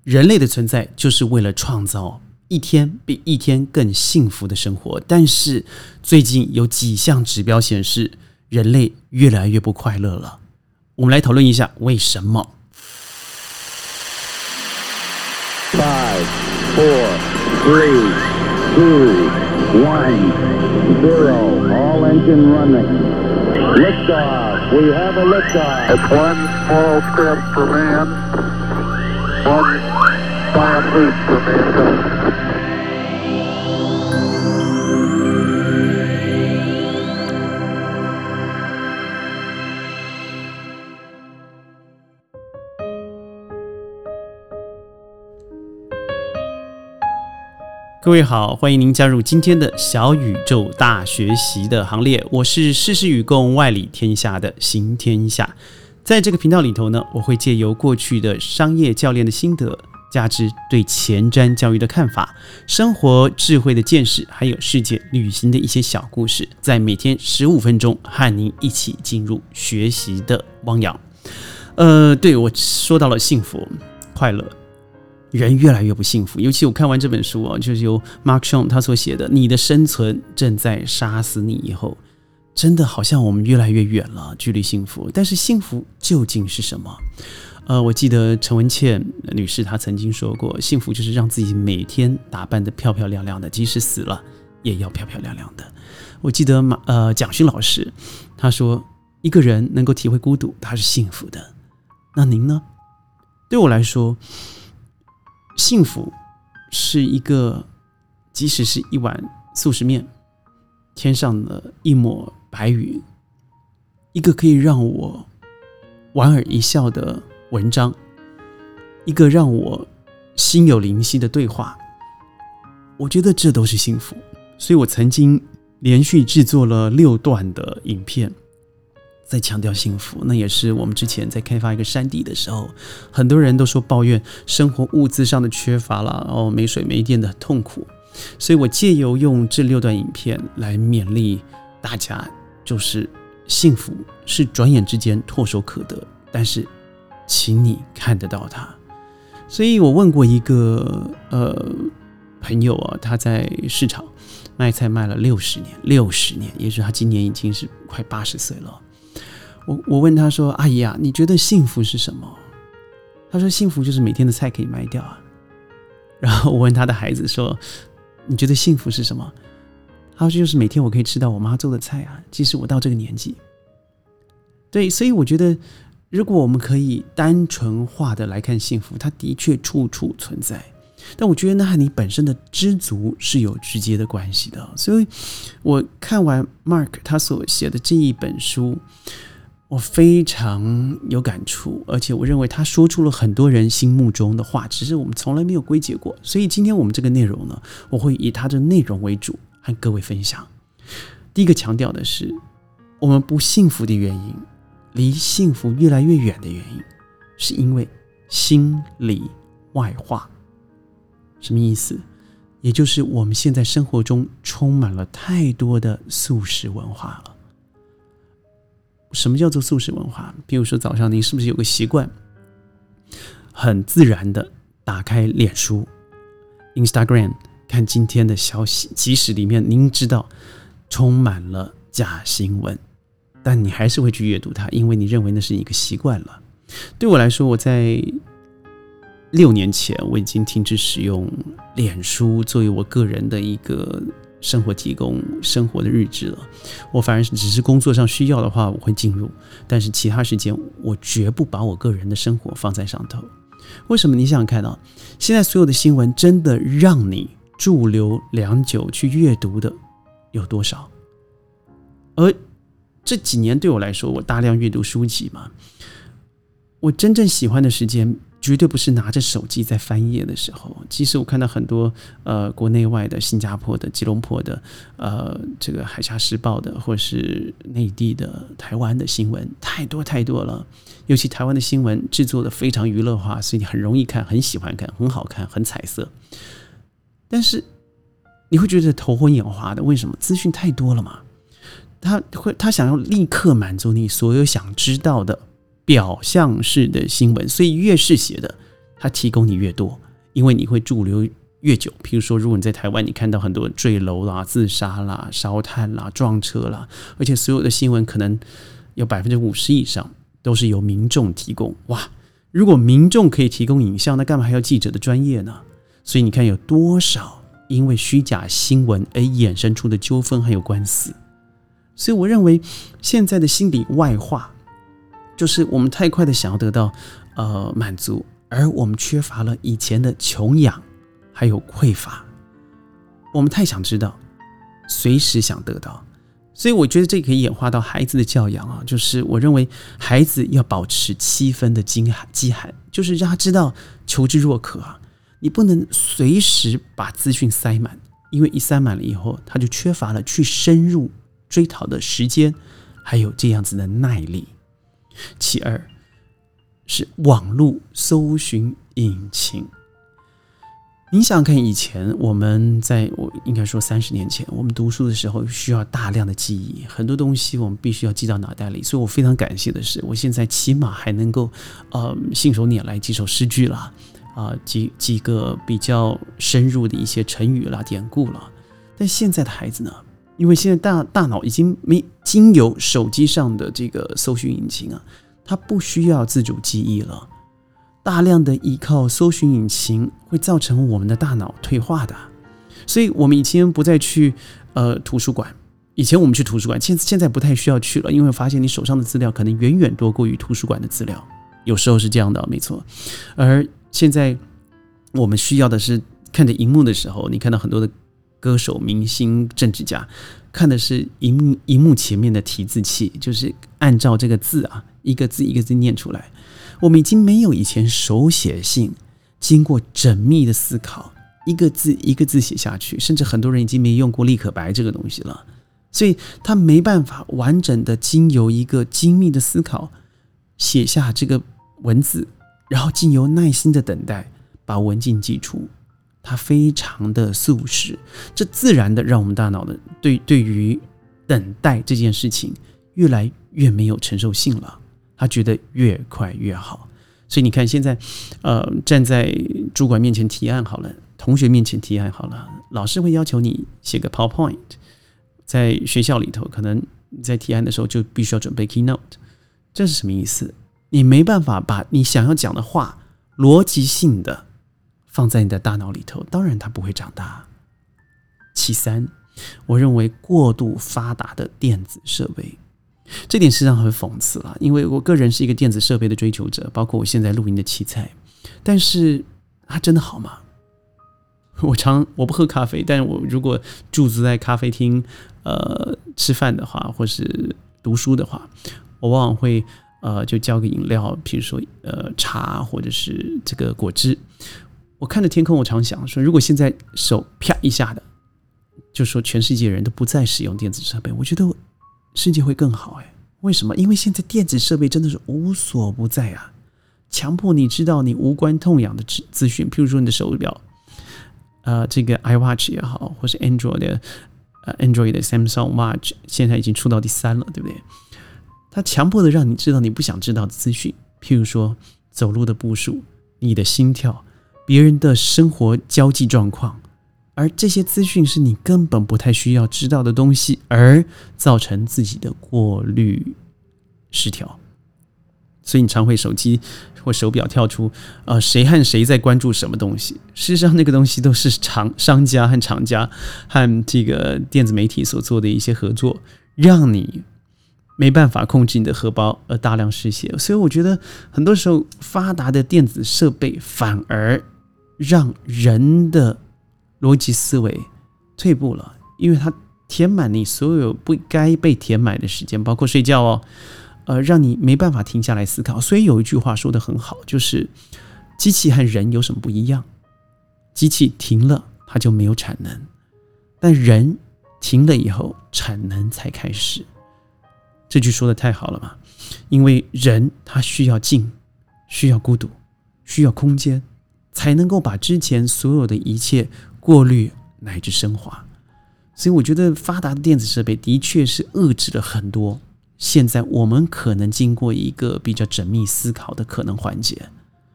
人类的存在就是为了创造一天比一天更幸福的生活，但是最近有几项指标显示人类越来越不快乐了。我们来讨论一下为什么。 5, 4, 3, 2, 1, 0. All engine running. Liftoff. We have a liftoff. It's one small step for man, one giant leap for mankind. 各位好，欢迎您加入今天的小宇宙大学习的行列。我是事事与共、外理天下的行天下。在这个频道里头呢，我会借由过去的商业教练的心得、价值对前瞻教育的看法、生活智慧的见识，还有世界旅行的一些小故事，在每天15分钟和您一起进入学习的汪洋。对，我说到了幸福、快乐。人越来越不幸福，尤其我看完这本书就是由 Mark Sean 他所写的《你的生存正在杀死你》以后，真的好像我们越来越远了，距离幸福。但是幸福究竟是什么？我记得陈文茜女士她曾经说过，幸福就是让自己每天打扮得漂漂亮亮的，即使死了也要漂漂亮亮的。我记得蒋勋老师他说，一个人能够体会孤独，他是幸福的。那您呢？对我来说，幸福是一个，即使是一碗速食面，天上的一抹白云，一个可以让我莞尔一笑的文章，一个让我心有灵犀的对话，我觉得这都是幸福。所以我曾经连续制作了6段的影片，在强调幸福。那也是我们之前在开发一个山地的时候，很多人都说抱怨生活物资上的缺乏啦，没水没电的很痛苦。所以我借由用这6段影片来勉励大家，就是幸福是转眼之间唾手可得，但是请你看得到它。所以我问过一个朋友他在市场卖菜卖了60年，也就是他今年已经是快80岁了。我问他说，阿姨啊，你觉得幸福是什么？他说幸福就是每天的菜可以卖掉啊。然后我问他的孩子说，你觉得幸福是什么？他说就是每天我可以吃到我妈做的菜啊，即使我到这个年纪。对，所以我觉得如果我们可以单纯化的来看幸福，它的确处处存在，但我觉得那和你本身的知足是有直接的关系的。所以我看完 Mark 他所写的这一本书，我非常有感触，而且我认为他说出了很多人心目中的话，只是我们从来没有归结过。所以今天我们这个内容呢，我会以他的内容为主，和各位分享。第一个强调的是，我们不幸福的原因，离幸福越来越远的原因，是因为心里外化。什么意思？也就是我们现在生活中充满了太多的速食文化了。什么叫做速食文化？比如说早上您是不是有个习惯，很自然的打开脸书 Instagram 看今天的消息，即使里面您知道充满了假新闻，但你还是会去阅读它，因为你认为那是一个习惯了。对我来说，我在6年前我已经停止使用脸书作为我个人的一个生活提供生活的日志了。我反而只是工作上需要的话我会进入，但是其他时间我绝不把我个人的生活放在上头。为什么？你想想看现在所有的新闻真的让你驻留良久去阅读的有多少？而这几年对我来说，我大量阅读书籍嘛，我真正喜欢的时间绝对不是拿着手机在翻页的时候。其实我看到很多国内外的、新加坡的、吉隆坡的、这个海峡时报的，或是内地的、台湾的新闻，太多了。尤其台湾的新闻制作的非常娱乐化，所以你很容易看，很喜欢看，很好看，很彩色。但是你会觉得头昏眼花的，为什么？资讯太多了嘛。他想要立刻满足你所有想知道的表象式的新闻，所以越是写的它提供你越多，因为你会驻留越久。譬如说，如果你在台湾，你看到很多人坠楼啦、自杀啦、烧炭啦、撞车啦，而且所有的新闻可能有50%以上都是由民众提供。哇，如果民众可以提供影像，那干嘛还要记者的专业呢？所以你看有多少因为虚假新闻而衍生出的纠纷还有官司。所以我认为现在的心理外化，就是我们太快的想要得到满足，而我们缺乏了以前的穷养还有匮乏。我们太想知道，随时想得到。所以我觉得这可以演化到孩子的教养啊，就是我认为孩子要保持7分的饥寒，就是让他知道求知若渴啊。你不能随时把资讯塞满，因为一塞满了以后，他就缺乏了去深入追讨的时间，还有这样子的耐力。其二是网络搜寻引擎。你想想看，以前我应该说30年前，我们读书的时候需要大量的记忆，很多东西我们必须要记到脑袋里。所以我非常感谢的是，我现在起码还能够信手拈来几首诗句啦，几个比较深入的一些成语啦、典故啦。但现在的孩子呢，因为现在大脑已经没经由手机上的这个搜寻引擎啊，它不需要自主记忆了。大量的依靠搜寻引擎会造成我们的大脑退化的，所以我们以前不再去图书馆。以前我们去图书馆，现在不太需要去了，因为发现你手上的资料可能远远多过于图书馆的资料，有时候是这样的，没错。而现在我们需要的是看着荧幕的时候，你看到很多的歌手、明星、政治家，看的是荧幕前面的提字器，就是按照这个字啊，一个字一个字念出来。我们已经没有以前手写信经过缜密的思考，一个字一个字写下去，甚至很多人已经没用过立可白这个东西了，所以他没办法完整的经由一个精密的思考写下这个文字，然后经由耐心的等待把文件寄出，它非常的速食，这自然的让我们大脑的对于等待这件事情越来越没有承受性了，他觉得越快越好。所以你看现在站在主管面前提案好了，同学面前提案好了，老师会要求你写个 PowerPoint， 在学校里头可能在提案的时候就必须要准备 Keynote。 这是什么意思？你没办法把你想要讲的话逻辑性的放在你的大脑里头，当然它不会长大。其三，我认为过度发达的电子设备，这点实际上很讽刺啦，因为我个人是一个电子设备的追求者，包括我现在录音的器材，但是它真的好吗？我不喝咖啡，但我如果驻足在咖啡厅吃饭的话，或是读书的话，我往往会就叫个饮料，比如说茶或者是这个果汁。我看着天空，我常想说，如果现在手啪一下的就说全世界人都不再使用电子设备，我觉得世界会更好。为什么？因为现在电子设备真的是无所不在啊，强迫你知道你无关痛痒的资讯，譬如说你的手表这个 iWatch 也好，或是 Android 的 Samsung Watch 现在已经出到第3了，对不对？它强迫的让你知道你不想知道的资讯，譬如说走路的步数、你的心跳、别人的生活交际状况，而这些资讯是你根本不太需要知道的东西，而造成自己的过滤失调。所以你常会手机或手表跳出谁和谁在关注什么东西，事实上那个东西都是商家和厂家和这个电子媒体所做的一些合作，让你没办法控制你的荷包而大量失血。所以我觉得很多时候发达的电子设备反而让人的逻辑思维退步了，因为它填满你所有不该被填满的时间，包括睡觉让你没办法停下来思考。所以有一句话说得很好，就是机器和人有什么不一样？机器停了它就没有产能，但人停了以后产能才开始。这句说得太好了嘛，因为人他需要静，需要孤独，需要空间，才能够把之前所有的一切过滤乃至升华。所以我觉得发达的电子设备的确是遏制了很多现在我们可能经过一个比较缜密思考的可能环节。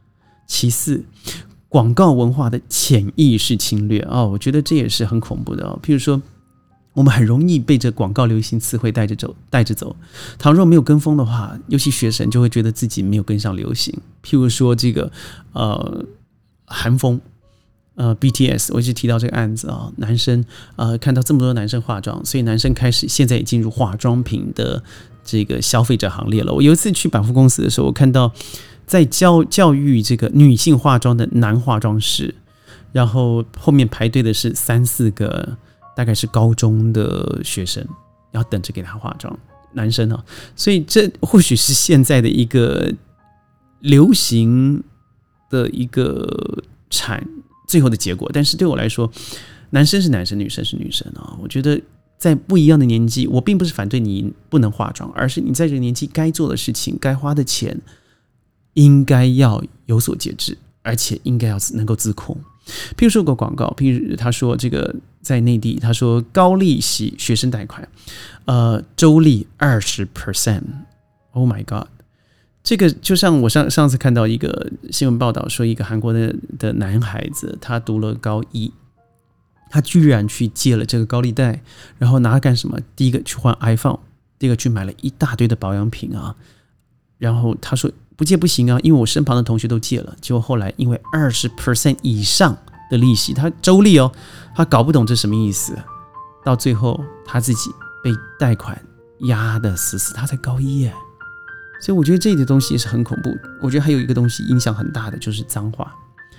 其次，广告文化的潜意识侵略我觉得这也是很恐怖的譬如说，我们很容易被这广告流行词汇带着走。倘若没有跟风的话，尤其学生就会觉得自己没有跟上流行。譬如说这个韩风。BTS 我一直提到这个案子男生看到这么多男生化妆，所以男生现在也进入化妆品的这个消费者行列了。我有一次去百货公司的时候，我看到在教育这个女性化妆的男化妆师，然后后面排队的是3-4个大概是高中的学生，要等着给他化妆，男生所以这或许是现在的一个流行的一个最后的结果。但是对我来说，男生是男生，女生是女生我觉得在不一样的年纪，我并不是反对你不能化妆，而是你在这个年纪该做的事情，该花的钱应该要有所节制，而且应该要能够自控。譬如说有个广告，譬如他说这个在内地，他说高利息学生贷款周利 20%， Oh my god，这个就像我上次看到一个新闻报道，说一个韩国的男孩子，他读了高一，他居然去借了这个高利贷，然后拿来干什么？第一个去换 iPhone， 第二个去买了一大堆的保养品然后他说不借不行因为我身旁的同学都借了，结果后来因为 20% 以上的利息，他周利他搞不懂这什么意思，到最后他自己被贷款压得死死，他才高一耶。所以我觉得这个东西也是很恐怖。我觉得还有一个东西影响很大的就是脏话。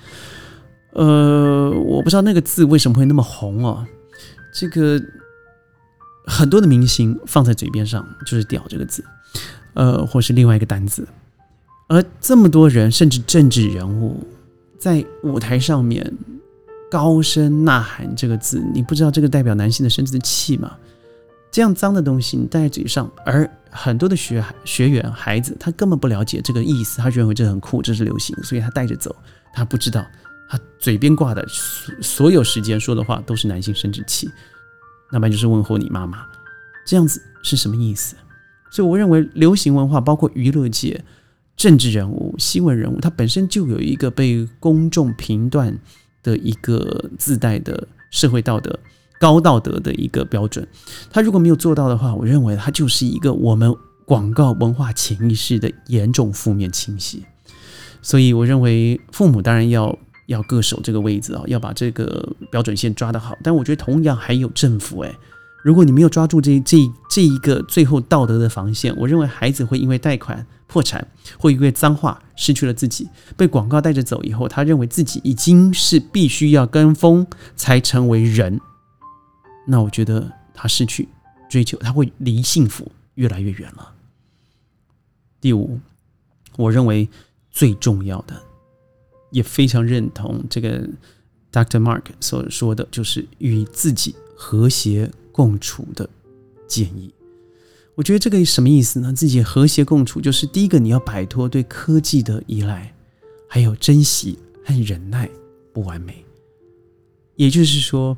我不知道那个字为什么会那么红这个很多的明星放在嘴边上就是屌这个字，或是另外一个单字。而这么多人，甚至政治人物在舞台上面高声呐喊这个字，你不知道这个代表男性的生殖器吗？这样脏的东西你带在嘴上，而很多的学员孩子他根本不了解这个意思，他认为这很酷，这是流行，所以他带着走，他不知道他嘴边挂的所有时间说的话都是男性生殖器，那么就是问候你妈妈，这样子是什么意思？所以我认为流行文化包括娱乐界、政治人物、新闻人物，它本身就有一个被公众评断的一个自带的社会道德高道德的一个标准，他如果没有做到的话，我认为他就是一个我们广告文化潜意识的严重负面倾斜。所以我认为父母当然要各守这个位置要把这个标准线抓得好，但我觉得同样还有政府如果你没有抓住这一个最后道德的防线，我认为孩子会因为贷款破产，会因为脏话失去了自己，被广告带着走以后，他认为自己已经是必须要跟风才成为人，那我觉得他失去追求，他会离幸福越来越远了。第五，我认为最重要的，也非常认同这个 Dr. Mark 所说的，就是与自己和谐共处的建议。我觉得这个什么意思呢？自己和谐共处，就是第一个你要摆脱对科技的依赖，还有珍惜和忍耐不完美。也就是说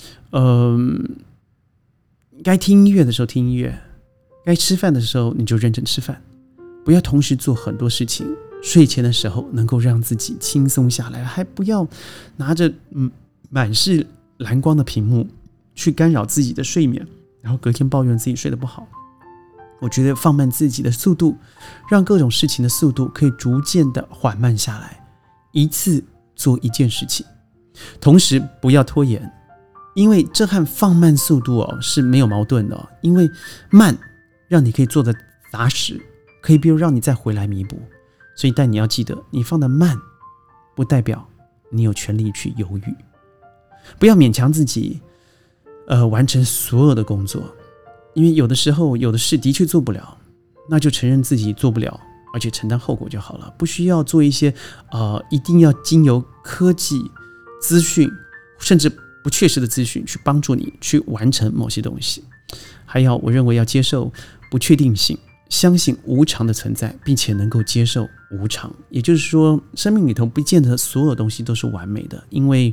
该听音乐的时候听音乐，该吃饭的时候你就认真吃饭，不要同时做很多事情。睡前的时候能够让自己轻松下来，还不要拿着满是蓝光的屏幕去干扰自己的睡眠，然后隔天抱怨自己睡得不好。我觉得放慢自己的速度，让各种事情的速度可以逐渐的缓慢下来，一次做一件事情，同时不要拖延，因为这和放慢速度是没有矛盾的因为慢让你可以做的扎实，可以比如让你再回来弥补。所以但你要记得，你放的慢不代表你有权利去犹豫，不要勉强自己完成所有的工作，因为有的时候有的事的确做不了，那就承认自己做不了，而且承担后果就好了，不需要做一些一定要经由科技资讯甚至不确实的资讯去帮助你去完成某些东西。还要我认为要接受不确定性，相信无常的存在，并且能够接受无常。也就是说，生命里头不见得所有东西都是完美的，因为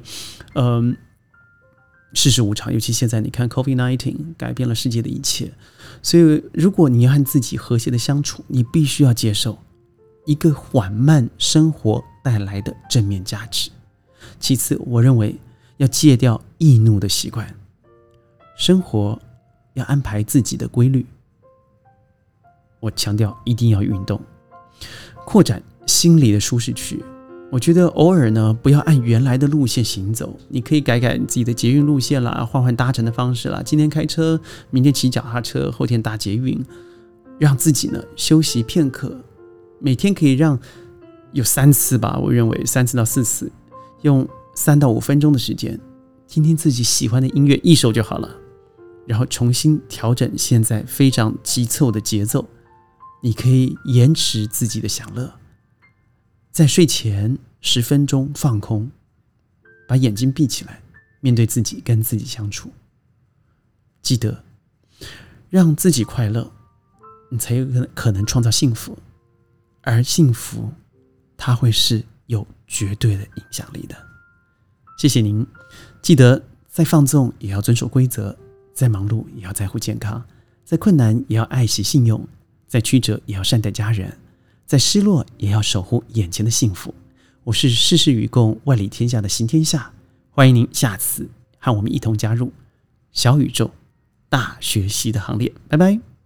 世事无常，尤其现在你看 COVID-19 改变了世界的一切。所以如果你要和自己和谐的相处，你必须要接受一个缓慢生活带来的正面价值。其次，我认为要戒掉易怒的习惯，生活要安排自己的规律。我强调一定要运动，扩展心理的舒适区。我觉得偶尔呢，不要按原来的路线行走，你可以改改你自己的捷运路线啦，换换搭乘的方式啦，今天开车，明天骑脚踏车，后天搭捷运，让自己呢休息片刻。每天可以让有3次吧，我认为3次到4次，用3到5分钟的时间，听听自己喜欢的音乐1首就好了，然后重新调整现在非常急凑的节奏。你可以延迟自己的享乐，在睡前10分钟放空，把眼睛闭起来，面对自己，跟自己相处。记得让自己快乐，你才有可能创造幸福，而幸福它会是有绝对的影响力的。谢谢您，记得在放纵也要遵守规则，在忙碌也要在乎健康，在困难也要爱惜信用，在曲折也要善待家人，在失落也要守护眼前的幸福。我是事事与共万里天下的行天下，欢迎您下次和我们一同加入小宇宙大学习的行列。拜拜。